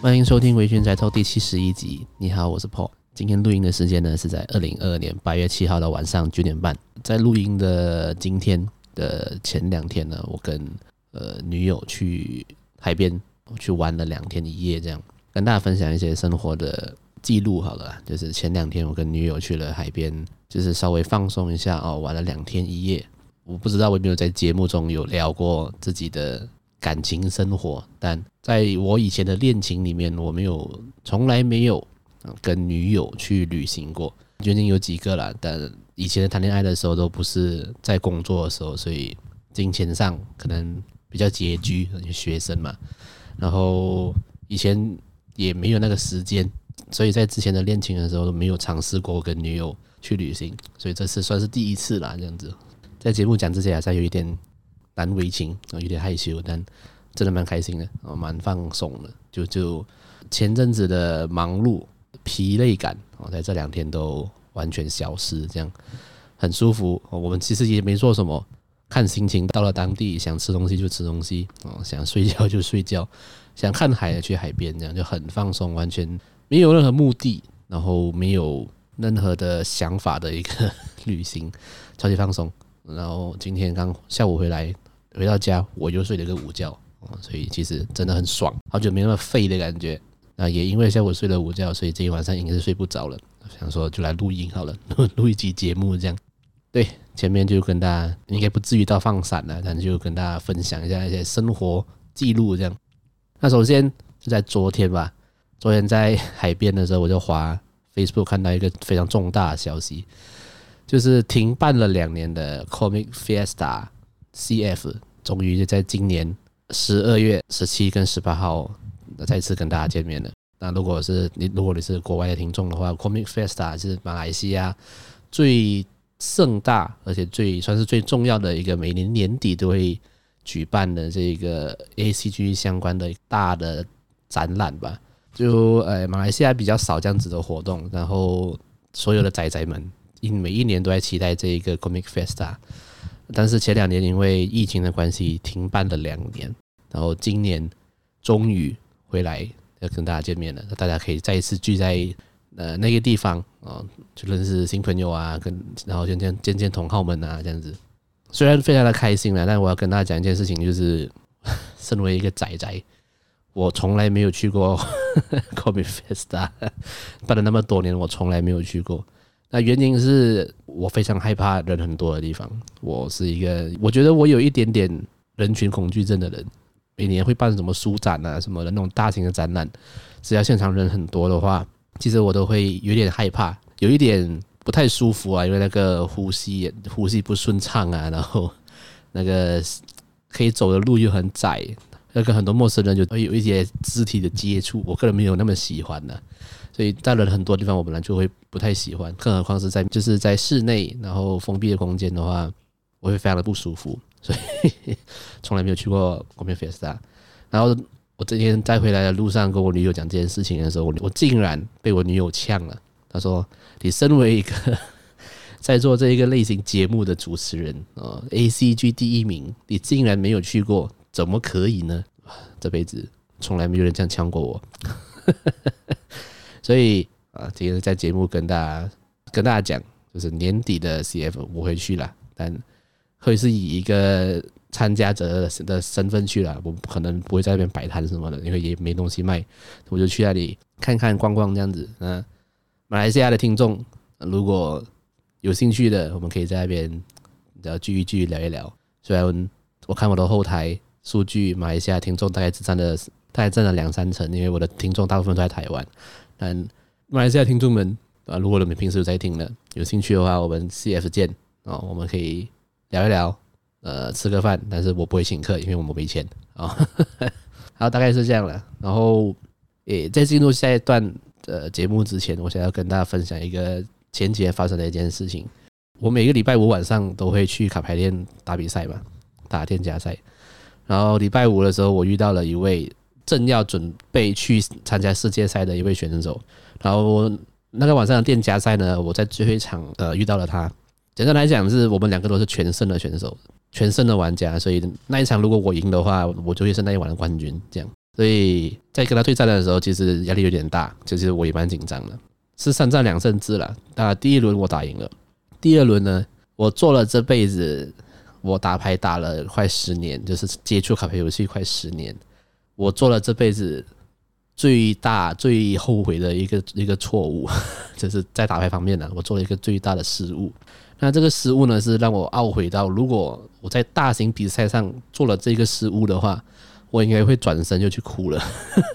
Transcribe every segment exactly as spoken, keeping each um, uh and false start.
欢迎收听微醺宅透第七十一集。你好，我是 Paul。今天录音的时间呢是在二零二二年八月七号的晚上九点半。在录音的今天的前两天呢，我跟呃女友去海边去玩了两天一夜，这样跟大家分享一些生活的记录好了。就是前两天我跟女友去了海边，就是稍微放松一下哦，玩了两天一夜。我不知道我有没有在节目中有聊过自己的感情生活，但在我以前的恋情里面，我没有从来没有跟女友去旅行过。最近有几个啦，但以前谈恋爱的时候都不是在工作的时候，所以金钱上可能比较拮据，学生嘛，然后以前也没有那个时间，所以在之前的恋情的时候都没有尝试过跟女友去旅行，所以这次算是第一次啦，这样子。在节目讲之前还是有一点难为情，有点害羞，但真的蛮开心的，蛮放松的。就就前阵子的忙碌、疲累感，在这两天都完全消失，这样很舒服。我们其实也没做什么，看心情。到了当地，想吃东西就吃东西，想睡觉就睡觉，想看海去海边，这样就很放松，完全没有任何目的，然后没有任何的想法的一个旅行，超级放松。然后今天刚下午回来。回到家我就睡了个午觉，所以其实真的很爽，好久没那么废的感觉。那也因为下午睡了午觉，所以这一晚上应该是睡不着了。想说就来录音好了，录一集节目这样。对，前面就跟大家应该不至于到放闪了，但就跟大家分享一下一些生活记录这样。那首先是在昨天吧，昨天在海边的时候，我就滑 Facebook 看到一个非常重大的消息，就是停办了两年的 Comic Fiesta C F 终于就在今年十二月十七跟十八号再次跟大家见面了。那如果是你如果你是国外的听众的话， Comic Fiesta 是马来西亚最盛大而且最算是最重要的一个每年年底都会举办的这个 A C G 相关的大的展览吧。就呃马来西亚比较少这样子的活动，然后所有的宅宅们每一年都在期待这一个 Comic Fiesta。但是前两年因为疫情的关系停办了两年，然后今年终于回来要跟大家见面了，大家可以再一次聚在呃那个地方、哦、就认识新朋友啊，跟然后见见见见同好们啊，这样子。虽然非常的开心啦，但我要跟大家讲一件事情，就是身为一个宅宅，我从来没有去过Comic Fiesta， 办了那么多年，我从来没有去过。那原因是我非常害怕人很多的地方，我是一个我觉得我有一点点人群恐惧症的人。每年会办什么书展啊什么的那种大型的展览，只要现场人很多的话，其实我都会有点害怕，有一点不太舒服啊，因为那个呼吸呼吸不顺畅啊，然后那个可以走的路又很窄，那跟很多陌生人就会有一些肢体的接触，我个人没有那么喜欢的、啊。所以在人很多地方我本来就会不太喜欢，更何况是在就是在室内然后封闭的空间的话，我会非常的不舒服，所以从来没有去过 Comic Fiesta。 然后我今天在回来的路上跟我女友讲这件事情的时候，我竟然被我女友呛了。她说你身为一个在做这一个类型节目的主持人、哦、A C G 第一名，你竟然没有去过，怎么可以呢？这辈子从来没有人这样呛过我所以啊，今天在节目跟大家跟大家讲，就是年底的 C F 我会去啦，但会是以一个参加者的身份去啦，我可能不会在那边摆摊什么的，因为也没东西卖，我就去那里看看逛逛这样子。那马来西亚的听众如果有兴趣的，我们可以在那边聚一聚聊一聊。虽然我看我的后台数据，马来西亚听众大概只占了大概占了两三成，因为我的听众大部分都在台湾。但马来西亚听众们、啊、如果你们平时有在听的，有兴趣的话，我们 C F 见、哦、我们可以聊一聊，呃，吃个饭，但是我不会请客，因为我们没钱啊。好，大概是这样了。然后，诶，在进入下一段的节目之前，我想要跟大家分享一个前几天发生的一件事情。我每个礼拜五晚上都会去卡牌店打比赛嘛，打店家赛。然后礼拜五的时候，我遇到了一位正要准备去参加世界赛的一位选手，然后那个晚上的店家赛呢，我在最后一场呃遇到了他。简单来讲，是我们两个都是全胜的选手，全胜的玩家，所以那一场如果我赢的话，我就会是那一晚的冠军。这样， 所以在跟他对战的时候，其实压力有点大，其实我也蛮紧张的，是三战两胜制了。当然第一轮我打赢了，第二轮呢，我做了这辈子我打牌打了快十年，就是接触卡牌游戏快十年，我做了这辈子最大最后悔的一个一个错误，就是在打牌方面呢，我做了一个最大的失误。那这个失误呢，是让我懊悔到，如果我在大型比赛上做了这个失误的话，我应该会转身就去哭了。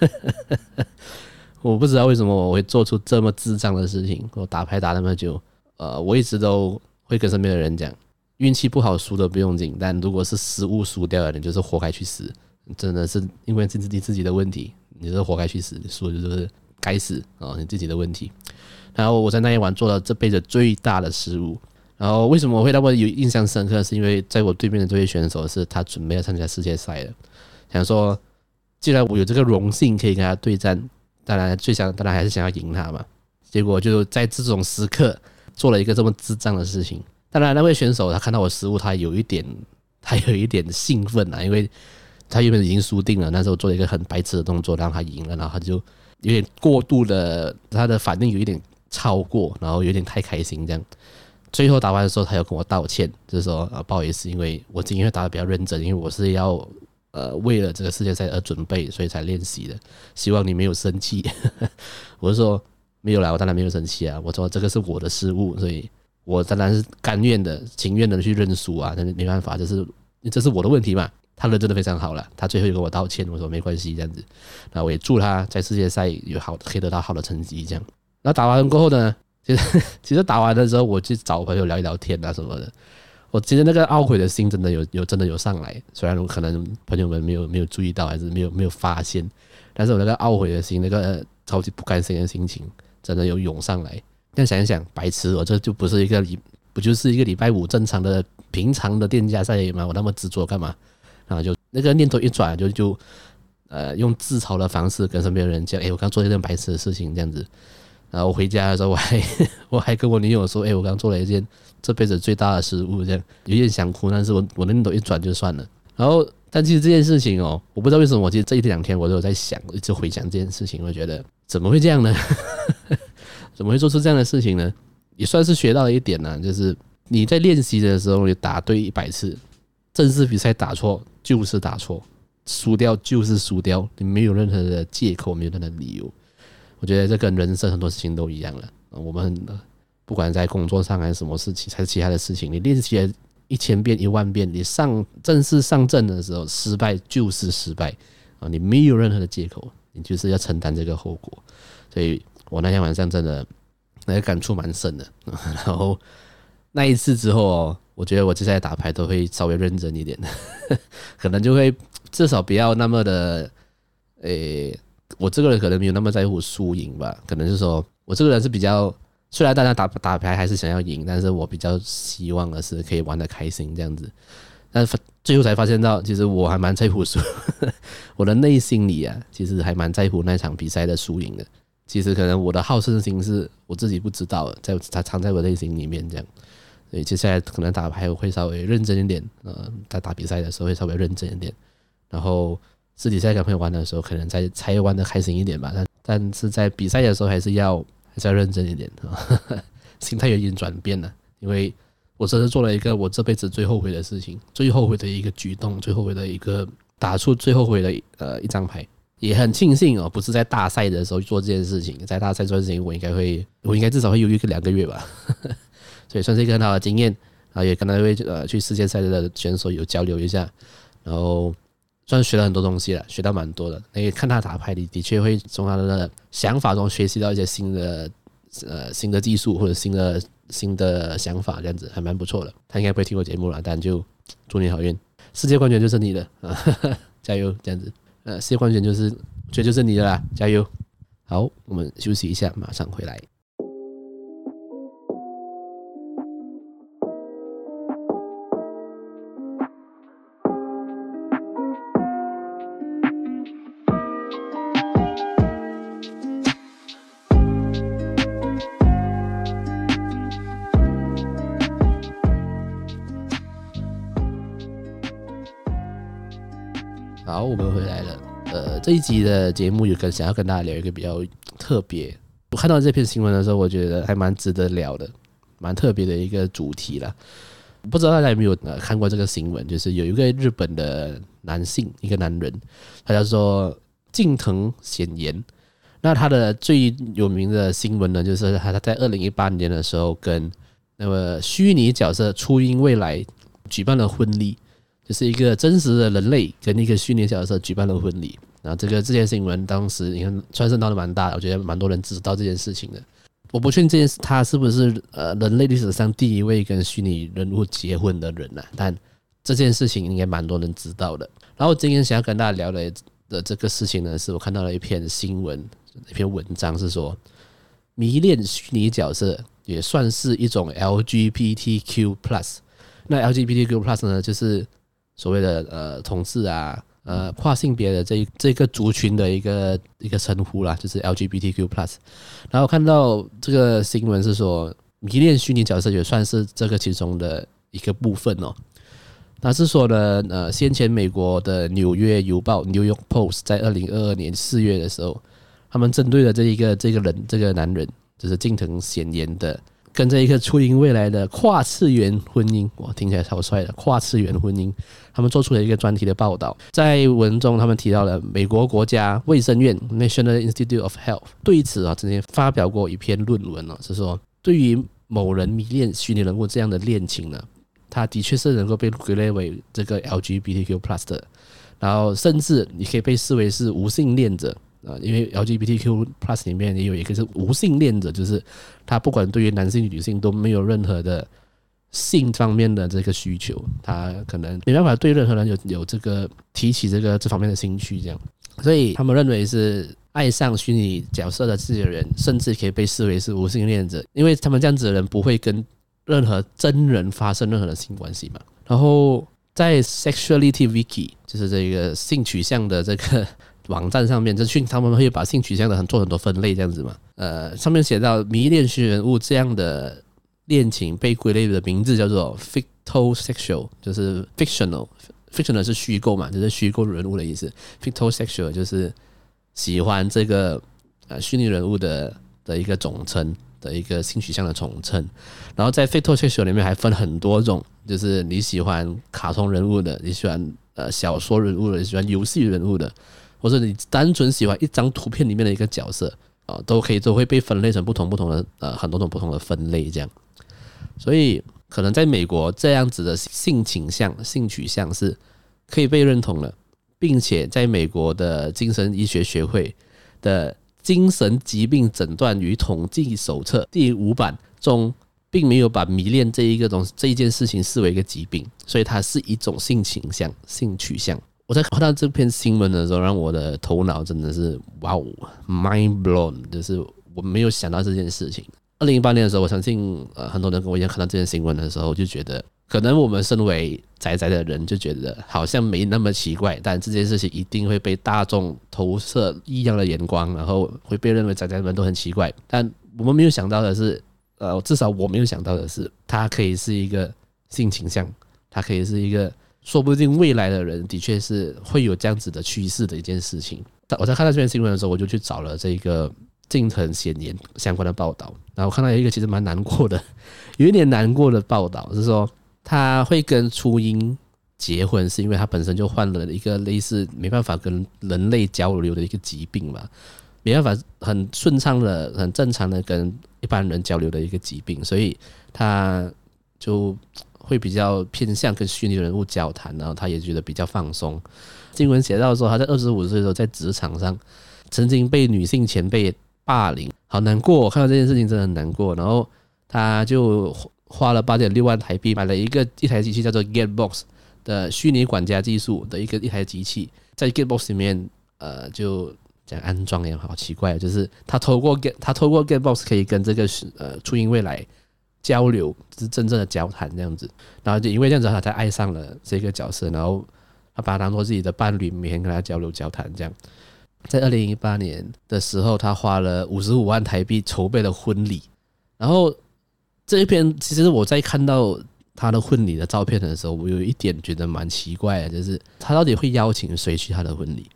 我不知道为什么我会做出这么智障的事情。我打牌打那么久，呃，我一直都会跟身边的人讲，运气不好输的不用紧，但如果是失误输掉了，你就是活该去死，真的是因为是你自己的问题，你是活该去死，你输的就是该死哦，你自己的问题。然后我在那一晚做了这辈子最大的失误。然后为什么我会那么有印象深刻？是因为在我对面的这位选手是他准备要参加世界赛了，想说既然我有这个荣幸可以跟他对战，当然最想当然还是想要赢他嘛。结果就在这种时刻做了一个这么智障的事情。当然那位选手他看到我失误，他有一点他有一点兴奋啊，因为他原本已经输定了，那时候做了一个很白痴的动作让他赢了，然后他就有点过度的，他的反应有一点超过，然后有点太开心这样。最后打完的时候，他有跟我道歉，就是说、呃、不好意思，因为我今天会打得比较认真，因为我是要呃为了这个世界赛而准备，所以才练习的。希望你没有生气。我就说没有啦，我当然没有生气啊。我说这个是我的失误，所以我当然是甘愿的、情愿的去认输啊。但是没办法，这是这是我的问题嘛。他人真的非常好了，他最后又跟我道歉，我说没关系这样子。那我也祝他在世界赛有好可以得到好的成绩这样。然后打完过后呢？其实，其实打完的时候，我去找朋友聊一聊天啊什么的。我其实那个懊悔的心真的有有真的有上来，虽然我可能朋友们没有没有注意到，还是没有没有发现，但是我那个懊悔的心，那个超级不甘心的心情，真的有涌上来。但想一想，白痴，我这就不是一个礼，不就是一个礼拜五正常的平常的店家赛吗？我那么执着干嘛？然后就那个念头一转，就就呃用自嘲的方式跟身边的人讲，哎，我刚做了一件白痴的事情，这样子。然后我回家的时候，我还我还跟我女友说，哎，我刚做了一件这辈子最大的失误，这样有点想哭，但是我我的念头一转就算了。然后，但其实这件事情哦，我不知道为什么，我其实这一两天我都有在想，一直回想这件事情，我觉得怎么会这样呢？怎么会做出这样的事情呢？也算是学到了一点呢、啊，就是你在练习的时候，你打对一百次，正式比赛打错就是打错，输掉就是输掉，你没有任何的借口，没有任何的理由。我觉得这跟人生很多事情都一样了。我们不管在工作上还是什么事情，还是其他的事情，你练习了一千遍、一万遍，你上正式上阵的时候，失败就是失败啊！你没有任何的借口，你就是要承担这个后果。所以我那天晚上真的那个感触蛮深的。然后那一次之后哦，我觉得我接下来打牌都会稍微认真一点，可能就会至少不要那么的诶。我这个人可能没有那么在乎输赢吧，可能是说我这个人是比较，虽然大家打打牌还是想要赢，但是我比较希望的是可以玩得开心这样子。但是最后才发现到，其实我还蛮在乎输，我的内心里啊，其实还蛮在乎那场比赛的输赢的。其实可能我的好胜心是我自己不知道的，在它藏在我内心里面这样。所以接下来可能打牌会稍微认真一点，呃，在打比赛的时候会稍微认真一点，然后私底下跟朋友玩的时候，可能才才玩得开心一点吧。但但是在比赛的时候，还是要还是要认真一点，心态有点转变了。因为我真的做了一个我这辈子最后悔的事情，最后悔的一个举动，最后悔的一个打出最后悔的呃一张牌。也很庆幸哦，不是在大赛的时候做这件事情。在大赛做这件事情，我应该会，我应该至少会犹豫个两个月吧。所以算是一个很好的经验。然后也跟那位呃去世界赛的选手有交流一下，然后。算学了很多东西了，学到蛮多的。那个看他打牌，你的确会从他的想法中学习到一些新的呃新的技术或者新的新的想法，这样子还蛮不错的。他应该不会听我节目了，但就祝你好运，世界冠军就是你的啊，加油！这样子，呃，世界冠军就是我觉得就是你的啦，加油！好，我们休息一下，马上回来。好，我们回来了。 呃，这一集的节目有跟想要跟大家聊一个比较特别，我看到这篇新闻的时候，我觉得还蛮值得聊的，蛮特别的一个主题啦。不知道大家有没有呃看过这个新闻，就是有一个日本的男性，一个男人，他叫做近藤显彦。那他的最有名的新闻呢，就是他在二零一八年的时候跟那么虚拟角色初音未来举办了婚礼，就是一个真实的人类跟一个虚拟角色举办了婚礼。然后这个这件新闻当时你看传声闹得蛮大的，我觉得蛮多人知道这件事情的。我不确定这件事他是不是呃人类历史上第一位跟虚拟人物结婚的人啊，但这件事情应该蛮多人知道的。然后今天想要跟大家聊的的这个事情呢，是我看到了一篇新闻，一篇文章是说，迷恋虚拟角色也算是一种 L G B T Q plus。 那 L G B T Q plus 呢，就是所谓的呃同志啊，呃跨性别的这这个族群的一个一个称呼啦，就是 L G B T Q plus。 然后看到这个新闻是说，迷恋虚拟角色也算是这个其中的一个部分哦。那是说呢，呃，先前美国的纽约邮报 New York Post 在二零二二年四月的时候，他们针对了这一个这个人这个男人，就是近藤显彦的跟这一个初音未来的跨次元婚姻，哇，听起来超帅的跨次元婚姻，他们做出了一个专题的报道。在文中他们提到了美国国家卫生院 National Institute of Health 对此啊之前发表过一篇论文哦，是说对于某人迷恋虚拟人物这样的恋情呢，它的确是能够被归类为这个 L G B T Q plus 的，然后甚至你可以被视为是无性恋者。因为 L G B T Q plus 里面也有一个是无性恋者，就是他不管对于男性女性都没有任何的性方面的这个需求，他可能没办法对任何人有有这个提起这个这方面的兴趣，这样，所以他们认为是爱上虚拟角色的这些人，甚至可以被视为是无性恋者，因为他们这样子的人不会跟任何真人发生任何的性关系嘛。然后在 Sexuality Wiki 就是这个性取向的这个网站上面，就是他们会把性取向的很做很多分类这样子嘛。呃，上面写到迷恋虚拟人物这样的恋情被归类的名字叫做 fictosexual， 就是 fictional fictional 是虚构嘛，就是虚构人物的意思。fictosexual 就是喜欢这个呃虚拟人物的的一个总称的一个性取向的总称。然后在 fictosexual 里面还分很多种，就是你喜欢卡通人物的，你喜欢呃小说人物的，你喜欢游戏人物的，或者你单纯喜欢一张图片里面的一个角色，呃、都可以都会被分类成不同不同的呃很多种不同的分类这样。所以可能在美国这样子的性倾向性取向是可以被认同的，并且在美国的精神医学学会的精神疾病诊断与统计手册第五版中并没有把迷恋这一个东西这一件事情视为一个疾病，所以它是一种性倾向性取向。我在看到这篇新闻的时候，让我的头脑真的是哇哦 mind blown， 就是我没有想到这件事情。二零一八年的时候，我相信呃很多人跟我一样看到这件新闻的时候，就觉得可能我们身为宅宅的人就觉得好像没那么奇怪，但这件事情一定会被大众投射异样的眼光，然后会被认为宅宅们都很奇怪。但我们没有想到的是，呃，至少我没有想到的是，它可以是一个性倾向，它可以是一个。说不定未来的人的确是会有这样子的趋势的一件事情。我在看到这篇新闻的时候，我就去找了这个近藤显彦相关的报道，然后看到有一个其实蛮难过的，有一点难过的报道是说，他会跟初音结婚，是因为他本身就患了一个类似没办法跟人类交流的一个疾病嘛，没办法很顺畅的、很正常的跟一般人交流的一个疾病，所以他就会比较偏向跟虚拟人物交谈，然后他也觉得比较放松。新闻写到说，他在二十五岁的时候在职场上曾经被女性前辈霸凌，好难过，我看到这件事情真的很难过。然后他就花了八点六万台币买了一个一台机器叫做 Getbox 的虚拟管家技术的一个一台机器，在 Getbox 里面呃就讲安装也好奇怪，就是他透过 Get 他透过 Getbox 可以跟这个呃初音未来交流，是真正的交谈这样子。然后就因为这样子他才爱上了这个角色，然后他把他当作自己的伴侣，每天跟他交流交谈这样。在二零一八年的时候，他花了五十五万台币筹备了婚礼。然后这一篇其实我在看到他的婚礼的照片的时候，我有一点觉得蛮奇怪的，就是他到底会邀请谁去他的婚礼？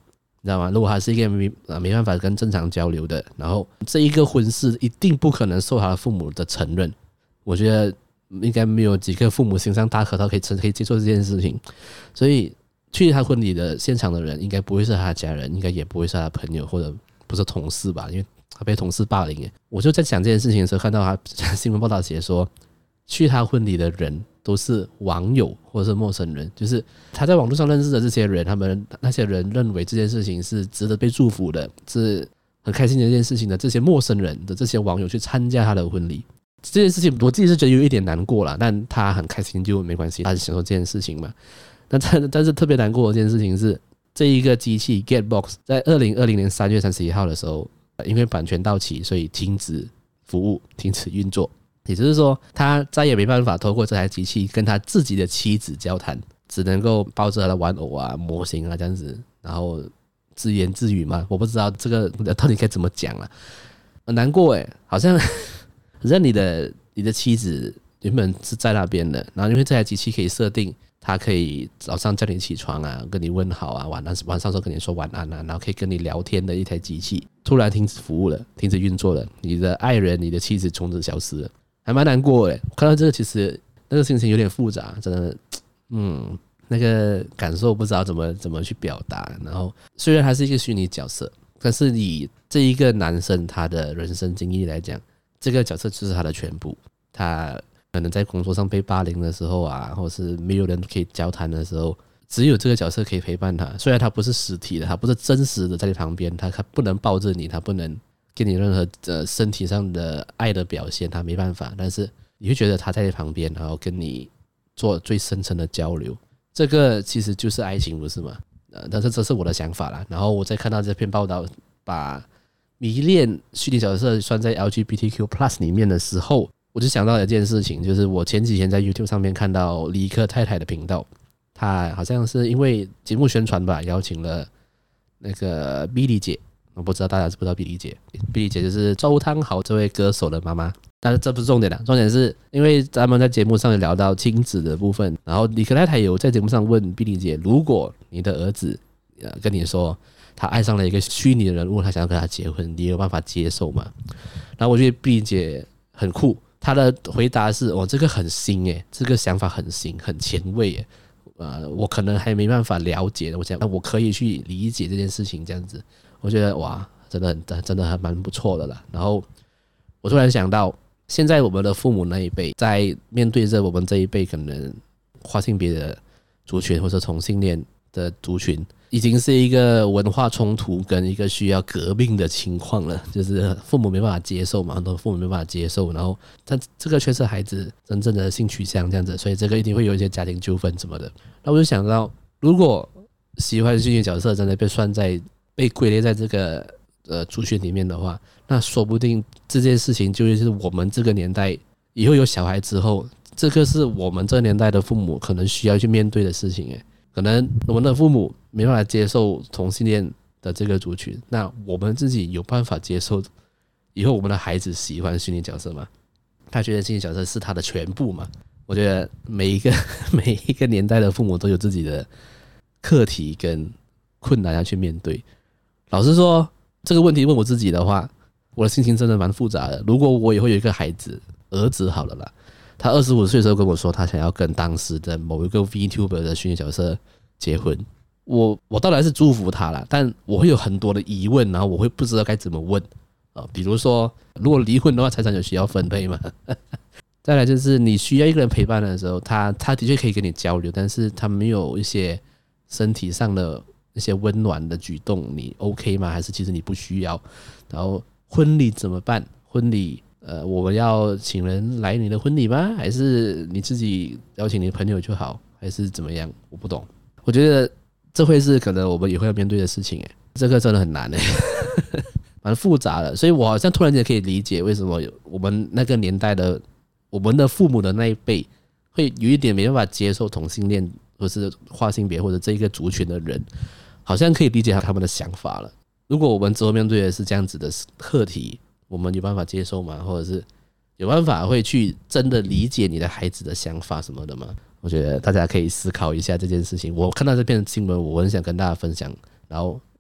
你知道吗？如果他是一个 没,、呃、没办法跟正常交流的，然后这一个婚事一定不可能受他的父母的承认，我觉得应该没有几个父母心上大核桃可以可以接受这件事情，所以去他婚礼的现场的人应该不会是他的家人，应该也不会是他的朋友或者不是同事吧，因为他被同事霸凌。我就在讲这件事情的时候，看到他新闻报道写说，去他婚礼的人都是网友或者是陌生人，就是他在网络上认识的这些人，他们那些人认为这件事情是值得被祝福的，是很开心的一件事情的，这些陌生人的这些网友去参加他的婚礼，这件事情我自己是觉得有一点难过啦，但他很开心就没关系，他是享受这件事情嘛。但但是特别难过的一件事情是，这一个机器 Gatebox 在二零二零年三月三十一号的时候，因为版权到期，所以停止服务，停止运作。也就是说，他再也没办法透过这台机器跟他自己的妻子交谈，只能够抱着他的玩偶啊、模型啊这样子，然后自言自语嘛。我不知道这个到底该怎么讲了，很难过哎，好像好像你的你的妻子原本是在那边的，然后因为这台机器可以设定，他可以早上叫你起床啊，跟你问好啊，晚安晚上时候跟你说晚安啊，然后可以跟你聊天的一台机器，突然停止服务了，停止运作了，你的爱人、你的妻子从此消失了。还蛮难过诶，看到这个其实那个心情有点复杂，真的，嗯，那个感受不知道怎么怎么去表达。然后虽然他是一个虚拟角色，但是以这一个男生他的人生经历来讲，这个角色就是他的全部。他可能在工作上被霸凌的时候啊，或是没有人可以交谈的时候，只有这个角色可以陪伴他。虽然他不是实体的，他不是真实的在你旁边，他他不能抱着你，他不能给你任何呃身体上的爱的表现，他没办法，但是你会觉得他在你旁边，然后跟你做最深层的交流，这个其实就是爱情，不是吗？呃，但是这是我的想法啦。然后我在看到这篇报道，把迷恋虚拟角色算在 L G B T Q plus 里面的时候，我就想到一件事情，就是我前几天在 YouTube 上面看到理科太太的频道，她好像是因为节目宣传吧，邀请了那个 Billy 姐。我不知道大家知不知道碧莉姐，碧莉姐就是周汤豪这位歌手的妈妈，但是这不是重点啦，重点是因为咱们在节目上有聊到亲子的部分，然后理科太太有在节目上问碧莉姐，如果你的儿子呃跟你说他爱上了一个虚拟的人物，他想要跟他结婚，你有办法接受吗？然后我觉得碧莉姐很酷，她的回答是：哦，这个很新诶，这个想法很新，很前卫诶。呃，我可能还没办法了解，我想我可以去理解这件事情，这样子。我觉得哇，真的很真的还蛮不错的啦。然后我突然想到，现在我们的父母那一辈在面对着我们这一辈可能跨性别的族群或者同性恋的族群，已经是一个文化冲突跟一个需要革命的情况了。就是父母没办法接受嘛，很多父母没办法接受，然后但这个却是孩子真正的性取向这样子，所以这个一定会有一些家庭纠纷什么的。那我就想到，如果喜欢虚拟角色真的被算在被归类在这个呃族群里面的话，那说不定这件事情就是我们这个年代以后有小孩之后，这个是我们这个年代的父母可能需要去面对的事情诶。可能我们的父母没办法接受同性恋的这个族群，那我们自己有办法接受以后我们的孩子喜欢虚拟角色吗？他觉得虚拟角色是他的全部吗？我觉得每一个每一个年代的父母都有自己的课题跟困难要去面对。老实说，这个问题问我自己的话，我的心情真的蛮复杂的。如果我以后有一个孩子，儿子好了啦，他二十五岁的时候跟我说他想要跟当时的某一个 VTuber 的虚拟角色结婚，我我当然是祝福他啦，但我会有很多的疑问，然后我会不知道该怎么问啊。比如说，如果离婚的话，财产有需要分配吗？再来就是你需要一个人陪伴的时候，他他的确可以跟你交流，但是他没有一些身体上的那些温暖的举动，你 OK 吗？还是其实你不需要？然后婚礼怎么办？婚礼呃，我们要请人来你的婚礼吗？还是你自己邀请你的朋友就好？还是怎么样？我不懂。我觉得这会是可能我们也会要面对的事情，哎，这个真的很难哎，蛮复杂的。所以我好像突然间可以理解为什么我们那个年代的我们的父母的那一辈会有一点没办法接受同性恋或是跨性别或者这一个族群的人，好像可以理解他们的想法了。如果我们之后面对的是这样子的课题，我们有办法接受吗？或者是有办法会去真的理解你的孩子的想法什么的吗？我觉得大家可以思考一下这件事情。我看到这篇新闻，我很想跟大家分享，然后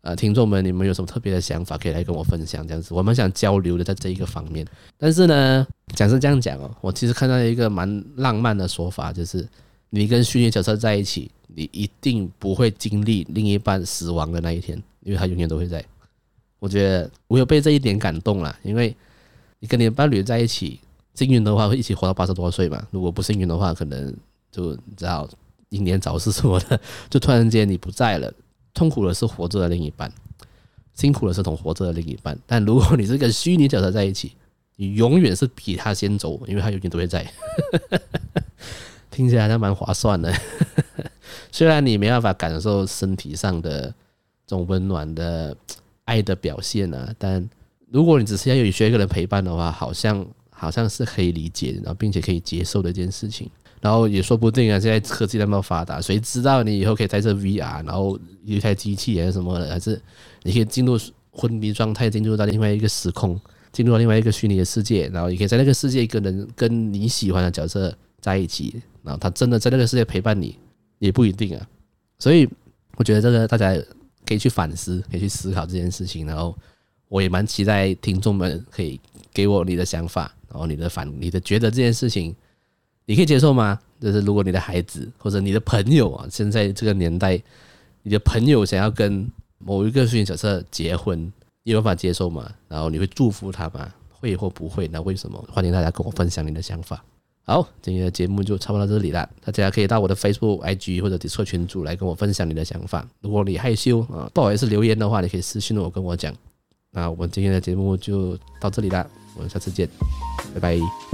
呃，听众们，你们有什么特别的想法可以来跟我分享？这样子，我们想交流的在这一个方面。但是呢，讲是这样讲哦，我其实看到一个蛮浪漫的说法，就是你跟虚拟角色在一起，你一定不会经历另一半死亡的那一天，因为他永远都会在。我觉得我有被这一点感动啦，因为你跟你的伴侣在一起，幸运的话会一起活到八十多岁嘛，如果不幸运的话，可能就你知道英年早逝什么的，就突然间你不在了。痛苦的是活着的另一半，辛苦的是同活着的另一半。但如果你是跟虚拟角色在一起，你永远是比他先走，因为他永远都会在。听起来还蛮划算的。虽然你没办法感受身体上的这种温暖的爱的表现啊，但如果你只是要有需要一个人陪伴的话，好像好像是可以理解，然后并且可以接受的一件事情。然后也说不定啊，现在科技那么发达，谁知道你以后可以带着 V R， 然后有一台机器还是什么的，还是你可以进入昏迷状态，进入到另外一个时空，进入到另外一个虚拟的世界，然后也可以在那个世界跟人跟你喜欢的角色在一起，然后他真的在那个世界陪伴你，也不一定啊。所以我觉得这个大家可以去反思，可以去思考这件事情。然后我也蛮期待听众们可以给我你的想法，然后你的反，你的觉得这件事情。你可以接受吗？就是如果你的孩子或者你的朋友啊，现在这个年代，你的朋友想要跟某一个虚拟角色结婚，你有办法接受吗？然后你会祝福他吗？会或不会？那为什么？欢迎大家跟我分享你的想法。好，今天的节目就差不多到这里了，大家可以到我的 Facebook、I G 或者 Discord 群组来跟我分享你的想法。如果你害羞啊，不好意思留言的话，你可以私信我跟我讲。那我们今天的节目就到这里了，我们下次见，拜拜。